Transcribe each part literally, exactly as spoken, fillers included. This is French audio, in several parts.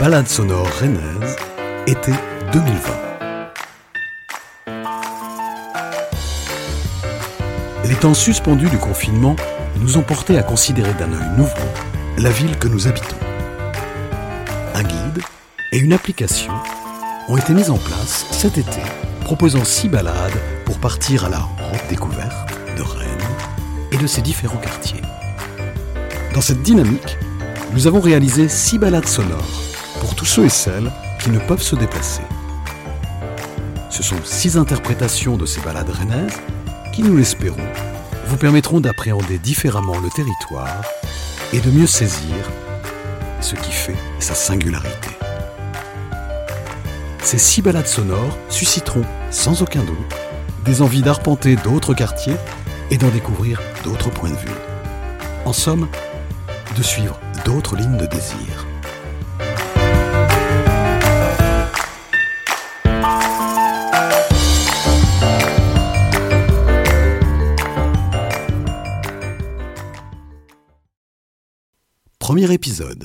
balade sonore rennaise, été deux mille vingt. Les temps suspendus du confinement nous ont portés à considérer d'un œil nouveau la ville que nous habitons. Un guide et une application ont été mis en place cet été, proposant six balades pour partir à la rencontre découverte de Rennes et de ses différents quartiers. Dans cette dynamique, nous avons réalisé six balades sonores pour tous ceux et celles qui ne peuvent se déplacer. Ce sont six interprétations de ces balades rennaises qui, nous l'espérons, vous permettront d'appréhender différemment le territoire et de mieux saisir ce qui fait sa singularité. Ces six balades sonores susciteront, sans aucun doute, des envies d'arpenter d'autres quartiers et d'en découvrir d'autres points de vue. En somme, de suivre d'autres lignes de désir. Premier épisode.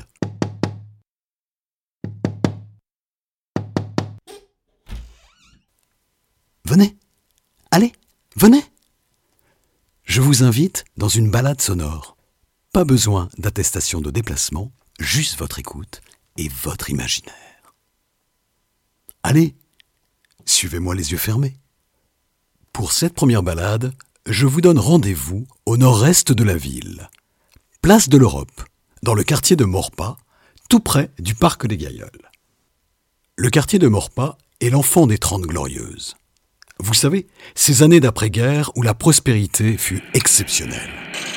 Venez, allez, venez. Je vous invite dans une balade sonore. Pas besoin d'attestation de déplacement, juste votre écoute et votre imaginaire. Allez, suivez-moi les yeux fermés. Pour cette première balade, je vous donne rendez-vous au nord-est de la ville. Place de l'Europe, dans le quartier de Maurepas, tout près du parc des Gailleuls. Le quartier de Maurepas est l'enfant des Trente Glorieuses. Vous savez, ces années d'après-guerre où la prospérité fut exceptionnelle.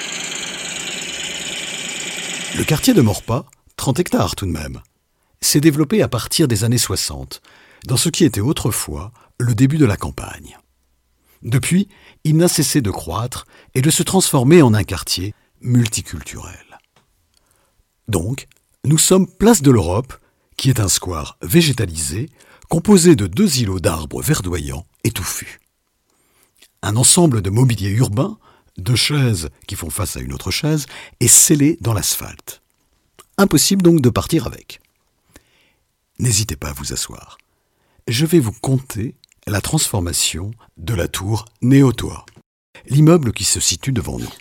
Le quartier de Maurepas, trente hectares tout de même, s'est développé à partir des années soixante, dans ce qui était autrefois le début de la campagne. Depuis, il n'a cessé de croître et de se transformer en un quartier multiculturel. Donc, nous sommes place de l'Europe, qui est un square végétalisé, composé de deux îlots d'arbres verdoyants et touffus. Un ensemble de mobilier urbain, deux chaises qui font face à une autre chaise, est scellé dans l'asphalte. Impossible donc de partir avec. N'hésitez pas à vous asseoir. Je vais vous conter la transformation de la tour Néotoa, l'immeuble qui se situe devant nous.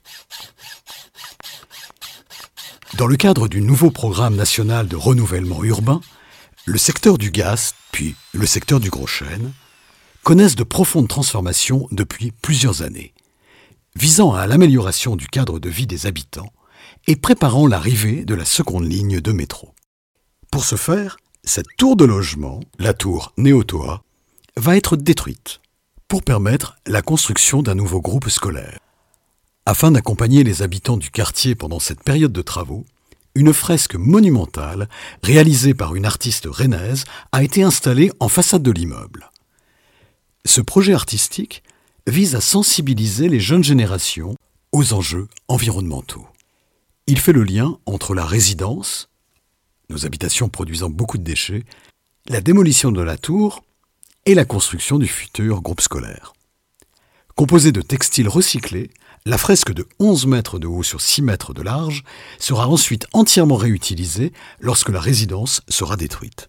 Dans le cadre du nouveau programme national de renouvellement urbain, le secteur du Gast, puis le secteur du Gros Chêne, connaissent de profondes transformations depuis plusieurs années, visant à l'amélioration du cadre de vie des habitants et préparant l'arrivée de la seconde ligne de métro. Pour ce faire, cette tour de logement, la tour Néotoa, va être détruite pour permettre la construction d'un nouveau groupe scolaire. Afin d'accompagner les habitants du quartier pendant cette période de travaux, une fresque monumentale, réalisée par une artiste rennaise, a été installée en façade de l'immeuble. Ce projet artistique vise à sensibiliser les jeunes générations aux enjeux environnementaux. Il fait le lien entre la résidence, nos habitations produisant beaucoup de déchets, la démolition de la tour et la construction du futur groupe scolaire. Composée de textiles recyclés, la fresque de onze mètres de haut sur six mètres de large sera ensuite entièrement réutilisée lorsque la résidence sera détruite.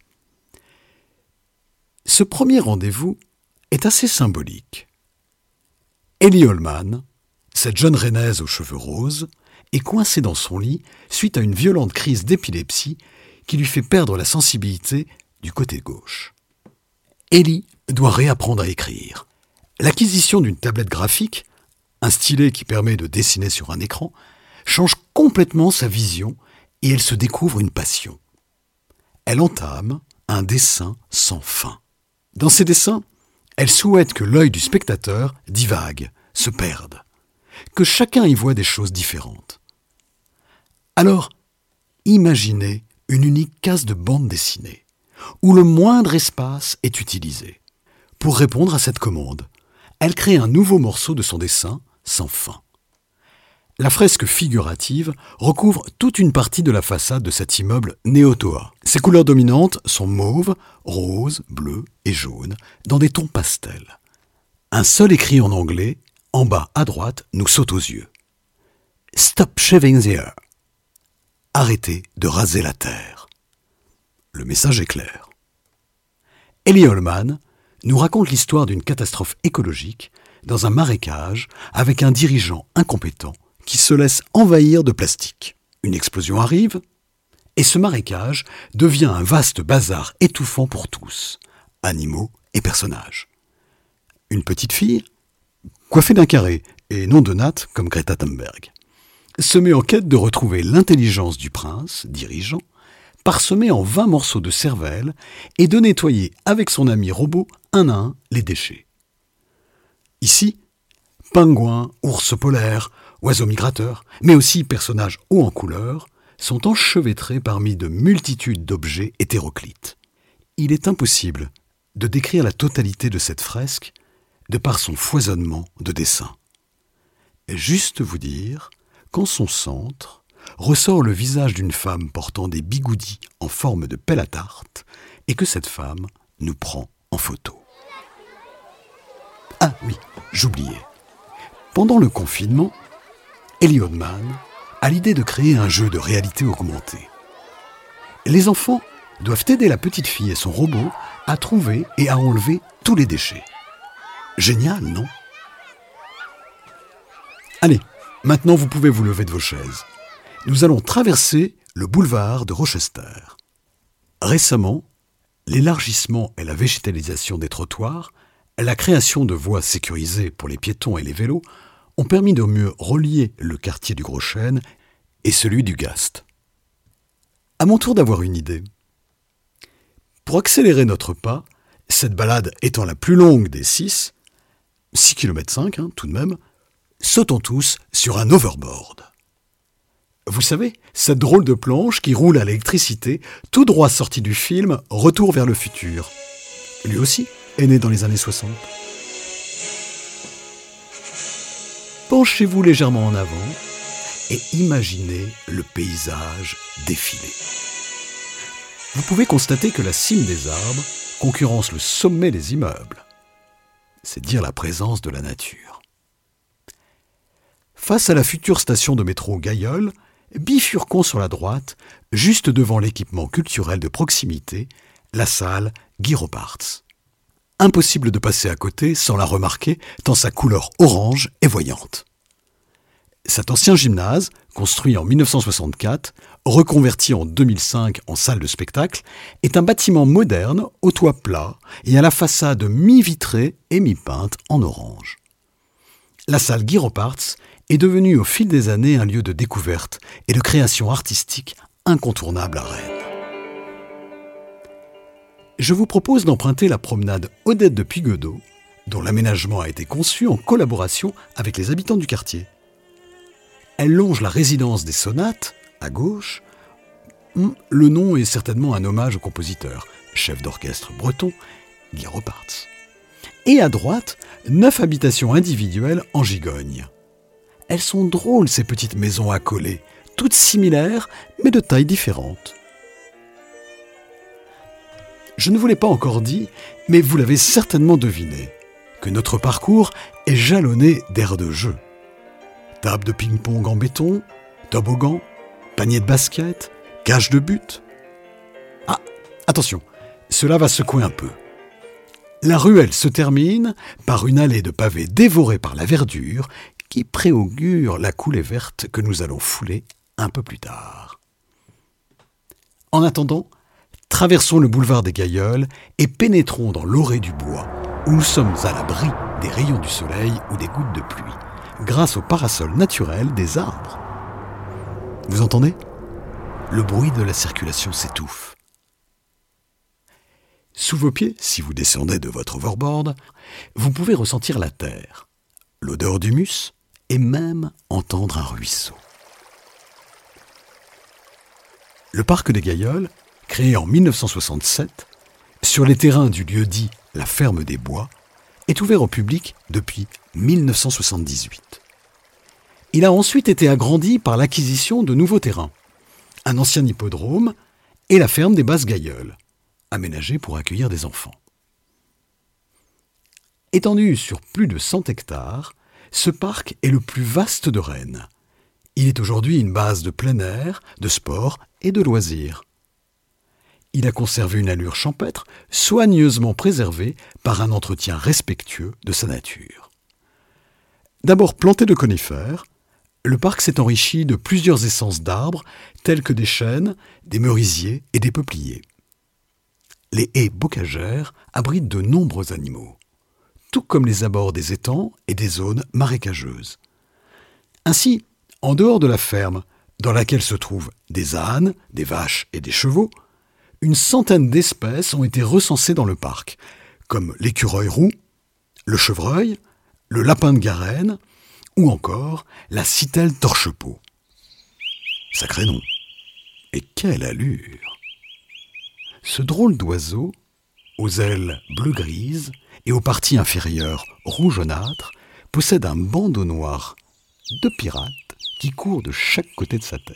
Ce premier rendez-vous est assez symbolique. Ellie Holman, cette jeune rennaise aux cheveux roses, est coincée dans son lit suite à une violente crise d'épilepsie qui lui fait perdre la sensibilité du côté gauche. Ellie doit réapprendre à écrire. L'acquisition d'une tablette graphique, un stylet qui permet de dessiner sur un écran, change complètement sa vision et elle se découvre une passion. Elle entame un dessin sans fin. Dans ses dessins, elle souhaite que l'œil du spectateur divague, se perde, que chacun y voit des choses différentes. Alors, imaginez une unique case de bande dessinée, où le moindre espace est utilisé. Pour répondre à cette commande, elle crée un nouveau morceau de son dessin sans fin. La fresque figurative recouvre toute une partie de la façade de cet immeuble Néotoa. Ses couleurs dominantes sont mauve, rose, bleu et jaune, dans des tons pastels. Un seul écrit en anglais, en bas à droite, nous saute aux yeux. Stop shaving the earth. Arrêtez de raser la terre. Le message est clair. Elie Holman nous raconte l'histoire d'une catastrophe écologique dans un marécage avec un dirigeant incompétent qui se laisse envahir de plastique. Une explosion arrive et ce marécage devient un vaste bazar étouffant pour tous, animaux et personnages. Une petite fille, coiffée d'un carré et non de natte comme Greta Thunberg, se met en quête de retrouver l'intelligence du prince, dirigeant, parsemé en vingt morceaux de cervelle et de nettoyer avec son ami robot un à un les déchets. Ici, pingouins, ours polaires, oiseaux migrateurs, mais aussi personnages hauts en couleur, sont enchevêtrés parmi de multitudes d'objets hétéroclites. Il est impossible de décrire la totalité de cette fresque de par son foisonnement de dessins. Juste vous dire qu'en son centre ressort le visage d'une femme portant des bigoudis en forme de pelle à tarte et que cette femme nous prend en photo. Ah oui, j'oubliais. Pendant le confinement, Elie Holman a l'idée de créer un jeu de réalité augmentée. Les enfants doivent aider la petite fille et son robot à trouver et à enlever tous les déchets. Génial, non ? Allez, maintenant vous pouvez vous lever de vos chaises. Nous allons traverser le boulevard de Rochester. Récemment, l'élargissement et la végétalisation des trottoirs, la création de voies sécurisées pour les piétons et les vélos ont permis de mieux relier le quartier du Gros Chêne et celui du Gast. À mon tour d'avoir une idée. Pour accélérer notre pas, cette balade étant la plus longue des six, six kilomètres cinq hein, tout de même, sautons tous sur un overboard. Vous savez, cette drôle de planche qui roule à l'électricité, tout droit sortie du film Retour vers le futur. Lui aussi est né dans les années soixante. Penchez-vous légèrement en avant et imaginez le paysage défiler. Vous pouvez constater que la cime des arbres concurrence le sommet des immeubles. C'est dire la présence de la nature. Face à la future station de métro Gailleul, bifurquons sur la droite, juste devant l'équipement culturel de proximité, la salle Guy Robarts. Impossible de passer à côté sans la remarquer, tant sa couleur orange est voyante. Cet ancien gymnase, construit en dix-neuf cent soixante-quatre, reconverti en deux mille cinq en salle de spectacle, est un bâtiment moderne au toit plat et à la façade mi-vitrée et mi-peinte en orange. La salle Guy Robarts est devenue au fil des années un lieu de découverte et de création artistique incontournable à Rennes. Je vous propose d'emprunter la promenade Odette de Puygueudot, dont l'aménagement a été conçu en collaboration avec les habitants du quartier. Elle longe la résidence des Sonates, à gauche. Le nom est certainement un hommage au compositeur, chef d'orchestre breton, Guy Robarts. Et à droite, neuf habitations individuelles en gigogne. Elles sont drôles, ces petites maisons accolées, toutes similaires, mais de tailles différentes. Je ne vous l'ai pas encore dit, mais vous l'avez certainement deviné, que notre parcours est jalonné d'aires de jeu. Table de ping-pong en béton, toboggan, panier de basket, cage de but. Ah, attention, cela va secouer un peu. La ruelle se termine par une allée de pavés dévorée par la verdure qui préaugure la coulée verte que nous allons fouler un peu plus tard. En attendant, traversons le boulevard des Gailleuls et pénétrons dans l'orée du bois, où nous sommes à l'abri des rayons du soleil ou des gouttes de pluie, grâce au parasol naturel des arbres. Vous entendez ? Le bruit de la circulation s'étouffe. Sous vos pieds, si vous descendez de votre overboard, vous pouvez ressentir la terre, l'odeur d'humus et même entendre un ruisseau. Le parc des Gailleuls, créé en dix-neuf cent soixante-sept, sur les terrains du lieu-dit la Ferme des Bois, est ouvert au public depuis dix-neuf cent soixante-dix-huit. Il a ensuite été agrandi par l'acquisition de nouveaux terrains, un ancien hippodrome et la ferme des Basses Gailleuls, aménagée pour accueillir des enfants. Étendu sur plus de cent hectares, ce parc est le plus vaste de Rennes. Il est aujourd'hui une base de plein air, de sport et de loisirs. Il a conservé une allure champêtre, soigneusement préservée par un entretien respectueux de sa nature. D'abord planté de conifères, le parc s'est enrichi de plusieurs essences d'arbres tels que des chênes, des merisiers et des peupliers. Les haies bocagères abritent de nombreux animaux, tout comme les abords des étangs et des zones marécageuses. Ainsi, en dehors de la ferme, dans laquelle se trouvent des ânes, des vaches et des chevaux, une centaine d'espèces ont été recensées dans le parc, comme l'écureuil roux, le chevreuil, le lapin de Garenne ou encore la citelle torche-peau. Sacré nom. Et quelle allure! Ce drôle d'oiseau, aux ailes bleu-grises et aux parties inférieures rougeâtres, possède un bandeau noir de pirate qui court de chaque côté de sa tête.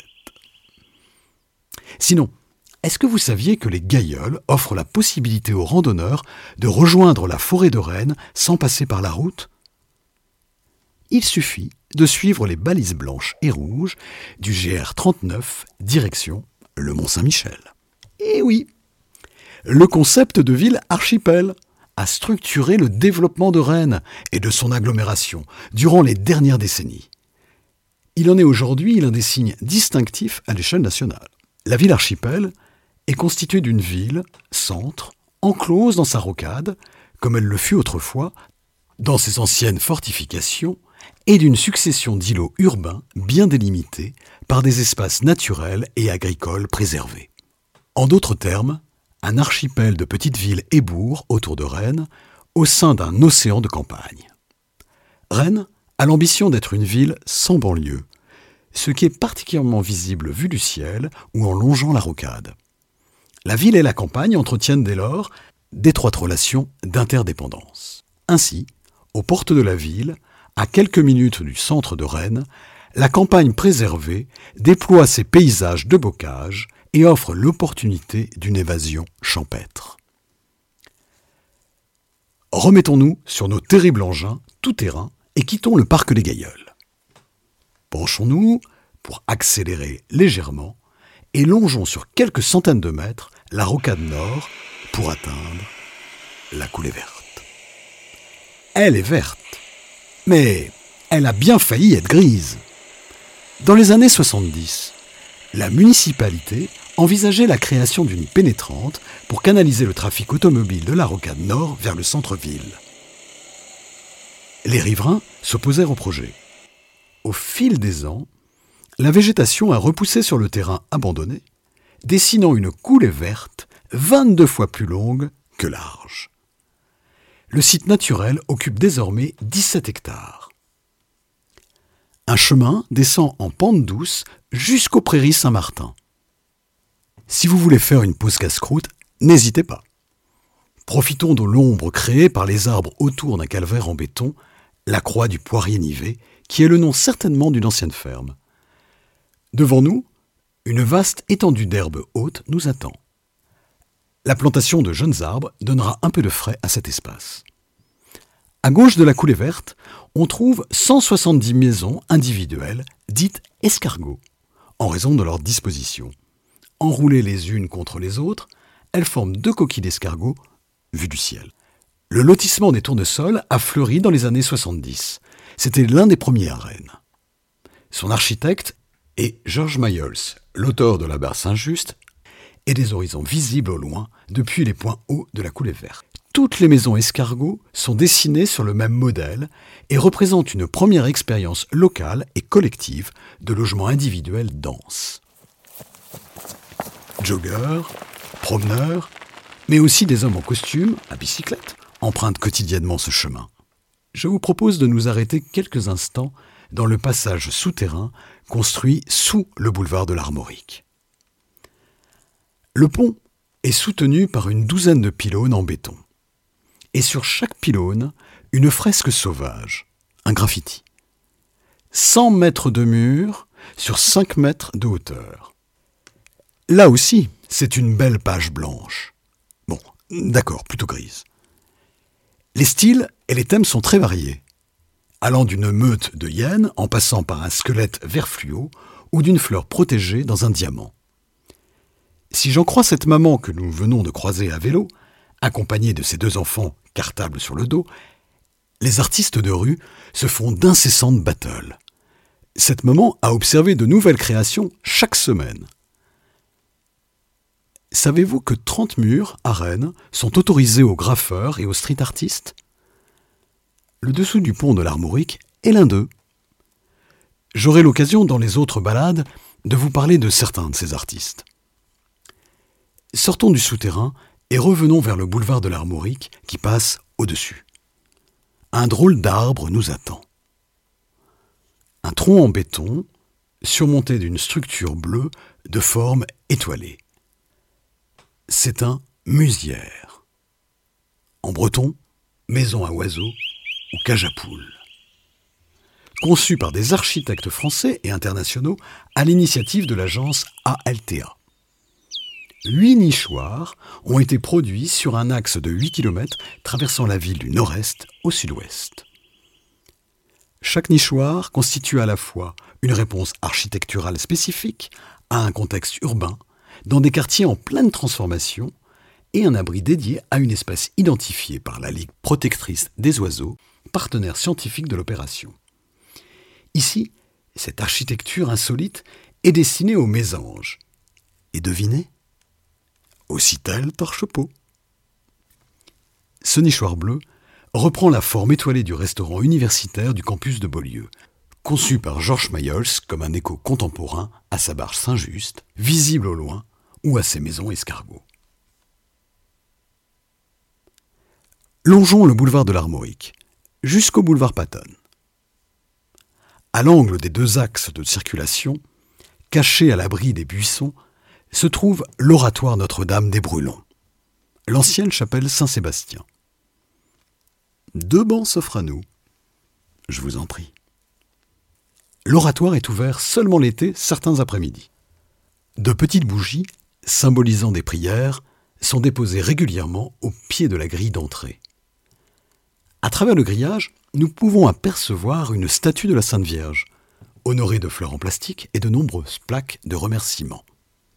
Sinon, est-ce que vous saviez que les Gailleuls offrent la possibilité aux randonneurs de rejoindre la forêt de Rennes sans passer par la route ? Il suffit de suivre les balises blanches et rouges du G R trente-neuf, direction le Mont-Saint-Michel. Et oui, le concept de ville archipel a structuré le développement de Rennes et de son agglomération durant les dernières décennies. Il en est aujourd'hui l'un des signes distinctifs à l'échelle nationale. La ville archipel est constituée d'une ville, centre, enclose dans sa rocade, comme elle le fut autrefois, dans ses anciennes fortifications, et d'une succession d'îlots urbains bien délimités par des espaces naturels et agricoles préservés. En d'autres termes, un archipel de petites villes et bourgs autour de Rennes, au sein d'un océan de campagne. Rennes a l'ambition d'être une ville sans banlieue, ce qui est particulièrement visible vu du ciel ou en longeant la rocade. La ville et la campagne entretiennent dès lors d'étroites relations d'interdépendance. Ainsi, aux portes de la ville, à quelques minutes du centre de Rennes, la campagne préservée déploie ses paysages de bocage et offre l'opportunité d'une évasion champêtre. Remettons-nous sur nos terribles engins tout-terrain et quittons le parc des Gailleuls. Penchons-nous pour accélérer légèrement et longeons sur quelques centaines de mètres la rocade nord pour atteindre la coulée verte. Elle est verte, mais elle a bien failli être grise. Dans les années soixante-dix, la municipalité envisageait la création d'une pénétrante pour canaliser le trafic automobile de la rocade nord vers le centre-ville. Les riverains s'opposèrent au projet. Au fil des ans, la végétation a repoussé sur le terrain abandonné, dessinant une coulée verte vingt-deux fois plus longue que large. Le site naturel occupe désormais dix-sept hectares. Un chemin descend en pente douce jusqu'aux prairies Saint-Martin. Si vous voulez faire une pause casse-croûte, n'hésitez pas. Profitons de l'ombre créée par les arbres autour d'un calvaire en béton, la croix du Poirier Nivet, qui est le nom certainement d'une ancienne ferme. Devant nous, une vaste étendue d'herbe haute nous attend. La plantation de jeunes arbres donnera un peu de frais à cet espace. À gauche de la coulée verte, on trouve cent soixante-dix maisons individuelles, dites escargots, en raison de leur disposition. Enroulées les unes contre les autres, elles forment deux coquilles d'escargots vues du ciel. Le lotissement des tournesols a fleuri dans les années soixante-dix. C'était l'un des premiers à Rennes. Son architecte est Georges Mayol, l'auteur de la barre Saint-Just et des horizons visibles au loin depuis les points hauts de la coulée verte. Toutes les maisons escargots sont dessinées sur le même modèle et représentent une première expérience locale et collective de logement individuel dense. Joggeurs, promeneurs, mais aussi des hommes en costume, à bicyclette, empruntent quotidiennement ce chemin. Je vous propose de nous arrêter quelques instants dans le passage souterrain construit sous le boulevard de l'Armorique. Le pont est soutenu par une douzaine de pylônes en béton. Et sur chaque pylône, une fresque sauvage, un graffiti. cent mètres de mur sur cinq mètres de hauteur. Là aussi, c'est une belle page blanche. Bon, d'accord, plutôt grise. Les styles et les thèmes sont très variés, allant d'une meute de hyène en passant par un squelette vert fluo ou d'une fleur protégée dans un diamant. Si j'en crois cette maman que nous venons de croiser à vélo, accompagnée de ses deux enfants cartables sur le dos, les artistes de rue se font d'incessantes battles. Cette maman a observé de nouvelles créations chaque semaine. Savez-vous que trente murs à Rennes sont autorisés aux graffeurs et aux street artistes ? Le dessous du pont de l'Armorique est l'un d'eux. J'aurai l'occasion dans les autres balades de vous parler de certains de ces artistes. Sortons du souterrain et revenons vers le boulevard de l'Armorique qui passe au-dessus. Un drôle d'arbre nous attend. Un tronc en béton, surmonté d'une structure bleue de forme étoilée. C'est un musière. En breton, maison à oiseaux ou cage à poules. Conçu par des architectes français et internationaux à l'initiative de l'agence A L T A. Huit nichoirs ont été produits sur un axe de huit kilomètres traversant la ville du nord-est au sud-ouest. Chaque nichoir constitue à la fois une réponse architecturale spécifique à un contexte urbain, dans des quartiers en pleine transformation, et un abri dédié à une espèce identifiée par la Ligue protectrice des oiseaux, partenaire scientifique de l'opération. Ici, cette architecture insolite est destinée aux mésanges. Et devinez ? Aux citelles torche-peau. Ce nichoir bleu reprend la forme étoilée du restaurant universitaire du campus de Beaulieu, conçu par Georges Mayol comme un écho contemporain à sa barge Saint-Just, visible au loin, ou à ses maisons escargots. Longeons le boulevard de l'Armorique, jusqu'au boulevard Pattonne. À l'angle des deux axes de circulation, caché à l'abri des buissons, se trouve l'oratoire Notre-Dame des Brûlons, l'ancienne chapelle Saint-Sébastien. Deux bancs s'offrent à nous. Je vous en prie. L'oratoire est ouvert seulement l'été, certains après-midi. De petites bougies, symbolisant des prières, sont déposées régulièrement au pied de la grille d'entrée. À travers le grillage, nous pouvons apercevoir une statue de la Sainte Vierge, honorée de fleurs en plastique et de nombreuses plaques de remerciements.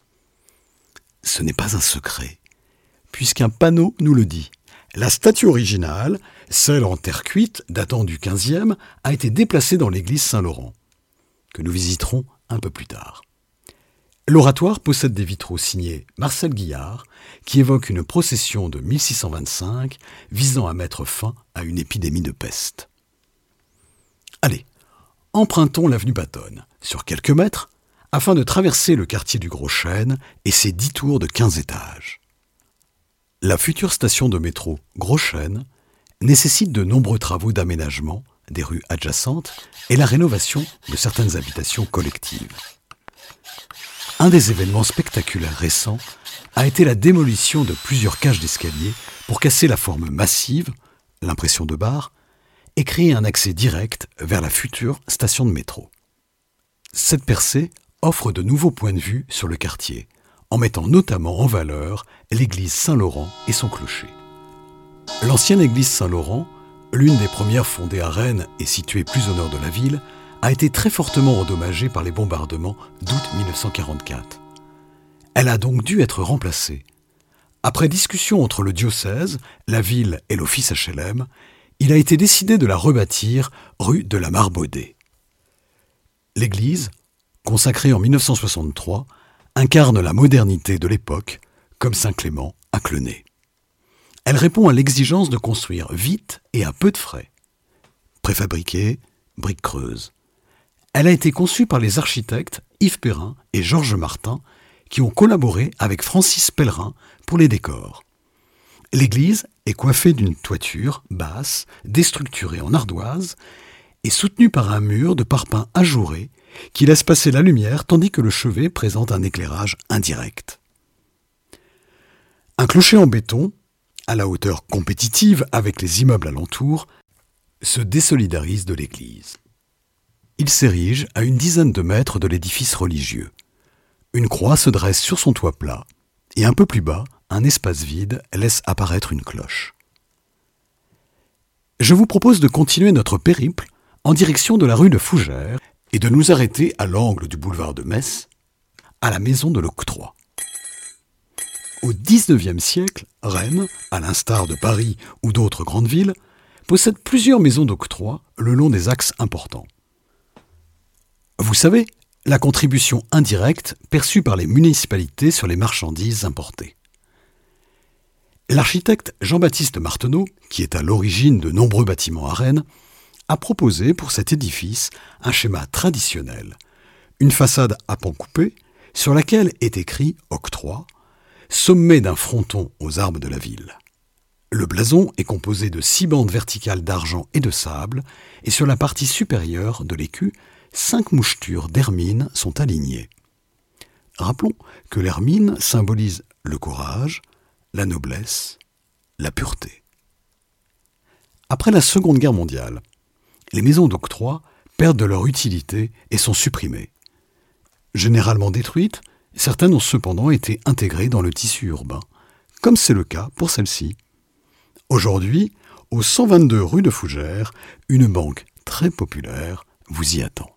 Ce n'est pas un secret, puisqu'un panneau nous le dit. La statue originale, celle en terre cuite datant du quinzième, a été déplacée dans l'église Saint-Laurent, que nous visiterons un peu plus tard. L'oratoire possède des vitraux signés Marcel Guillard, qui évoquent une procession de mille six cent vingt-cinq visant à mettre fin à une épidémie de peste. Allez, empruntons l'avenue Pattonne, sur quelques mètres, afin de traverser le quartier du Gros Chêne et ses dix tours de quinze étages. La future station de métro Gros Chêne nécessite de nombreux travaux d'aménagement des rues adjacentes et la rénovation de certaines habitations collectives. Un des événements spectaculaires récents a été la démolition de plusieurs cages d'escalier pour casser la forme massive, l'impression de barre, et créer un accès direct vers la future station de métro. Cette percée offre de nouveaux points de vue sur le quartier, en mettant notamment en valeur l'église Saint-Laurent et son clocher. L'ancienne église Saint-Laurent, l'une des premières fondées à Rennes et située plus au nord de la ville, a été très fortement endommagée par les bombardements d'août mille neuf cent quarante-quatre. Elle a donc dû être remplacée. Après discussion entre le diocèse, la ville et l'office H L M, il a été décidé de la rebâtir rue de la Marbaudée. L'église, consacrée en mille neuf cent soixante-trois, incarne la modernité de l'époque, comme Saint-Clément à Clenay. Elle répond à l'exigence de construire vite et à peu de frais. Préfabriquée, briques creuses. Elle a été conçue par les architectes Yves Perrin et Georges Martin, qui ont collaboré avec Francis Pellerin pour les décors. L'église est coiffée d'une toiture basse, déstructurée en ardoise, et soutenue par un mur de parpaing ajouré qui laisse passer la lumière tandis que le chevet présente un éclairage indirect. Un clocher en béton, à la hauteur compétitive avec les immeubles alentours, se désolidarise de l'église. Il s'érige à une dizaine de mètres de l'édifice religieux. Une croix se dresse sur son toit plat, et un peu plus bas, un espace vide laisse apparaître une cloche. Je vous propose de continuer notre périple en direction de la rue de Fougères et de nous arrêter à l'angle du boulevard de Metz, à la maison de l'Octroi. Au dix-neuvième siècle, Rennes, à l'instar de Paris ou d'autres grandes villes, possède plusieurs maisons d'octroi le long des axes importants. Vous savez, la contribution indirecte perçue par les municipalités sur les marchandises importées. L'architecte Jean-Baptiste Marteneau, qui est à l'origine de nombreux bâtiments à Rennes, a proposé pour cet édifice un schéma traditionnel, une façade à pans coupés sur laquelle est écrit « Octroi », sommet d'un fronton aux arbres de la ville. Le blason est composé de six bandes verticales d'argent et de sable, et sur la partie supérieure de l'écu, cinq mouchetures d'hermine sont alignées. Rappelons que l'hermine symbolise le courage, la noblesse, la pureté. Après la Seconde Guerre mondiale, les maisons d'octroi perdent de leur utilité et sont supprimées. Généralement détruites, certaines ont cependant été intégrées dans le tissu urbain, comme c'est le cas pour celle-ci. Aujourd'hui, au cent vingt-deux rue de Fougères, une banque très populaire vous y attend.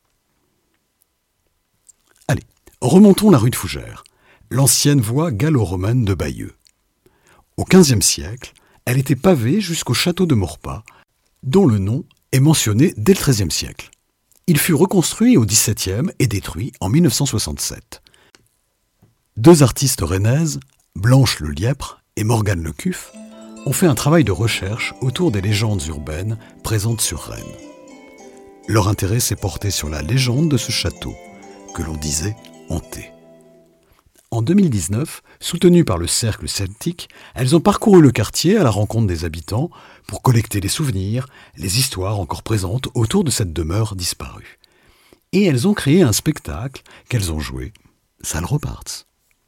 Allez, remontons la rue de Fougères, l'ancienne voie gallo-romaine de Bayeux. Au quinzième siècle, elle était pavée jusqu'au château de Maurepas, dont le nom est mentionné dès le treizième siècle. Il fut reconstruit au dix-septième et détruit en mille neuf cent soixante-sept. Deux artistes rennaises, Blanche Le Lièpre et Morgane Le Cuf, ont fait un travail de recherche autour des légendes urbaines présentes sur Rennes. Leur intérêt s'est porté sur la légende de ce château, que l'on disait hanté. En deux mille dix-neuf, soutenues par le Cercle Celtique, elles ont parcouru le quartier à la rencontre des habitants pour collecter les souvenirs, les histoires encore présentes autour de cette demeure disparue. Et elles ont créé un spectacle qu'elles ont joué, Salle Robards.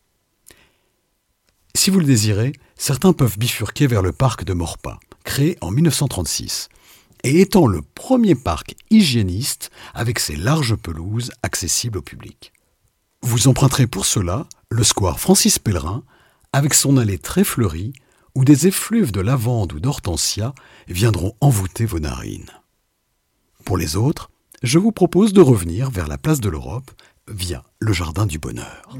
Si vous le désirez, certains peuvent bifurquer vers le parc de Maurepas, créé en mille neuf cent trente-six, et étant le premier parc hygiéniste avec ses larges pelouses accessibles au public. Vous emprunterez pour cela le square Francis Pellerin, avec son allée très fleurie, où des effluves de lavande ou d'hortensia viendront envoûter vos narines. Pour les autres, je vous propose de revenir vers la place de l'Europe via le Jardin du Bonheur.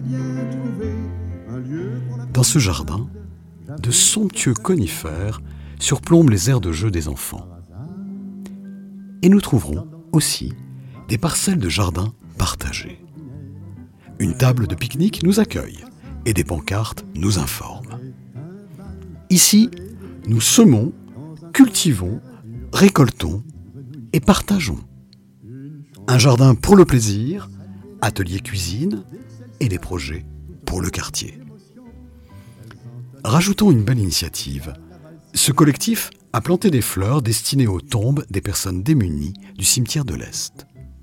Dans ce jardin, de somptueux conifères surplombent les aires de jeu des enfants. Et nous trouverons aussi des parcelles de jardin partagées. Une table de pique-nique nous accueille et des pancartes nous informent. Ici, nous semons, cultivons, récoltons et partageons. Un jardin pour le plaisir, atelier cuisine et des projets pour le quartier. Rajoutons une belle initiative. Ce collectif a planté des fleurs destinées aux tombes des personnes démunies du cimetière de l'Est.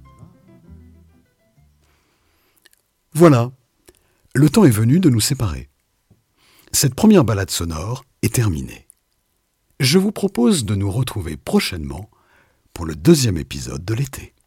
Voilà, le temps est venu de nous séparer. Cette première balade sonore est terminée. Je vous propose de nous retrouver prochainement pour le deuxième épisode de l'été.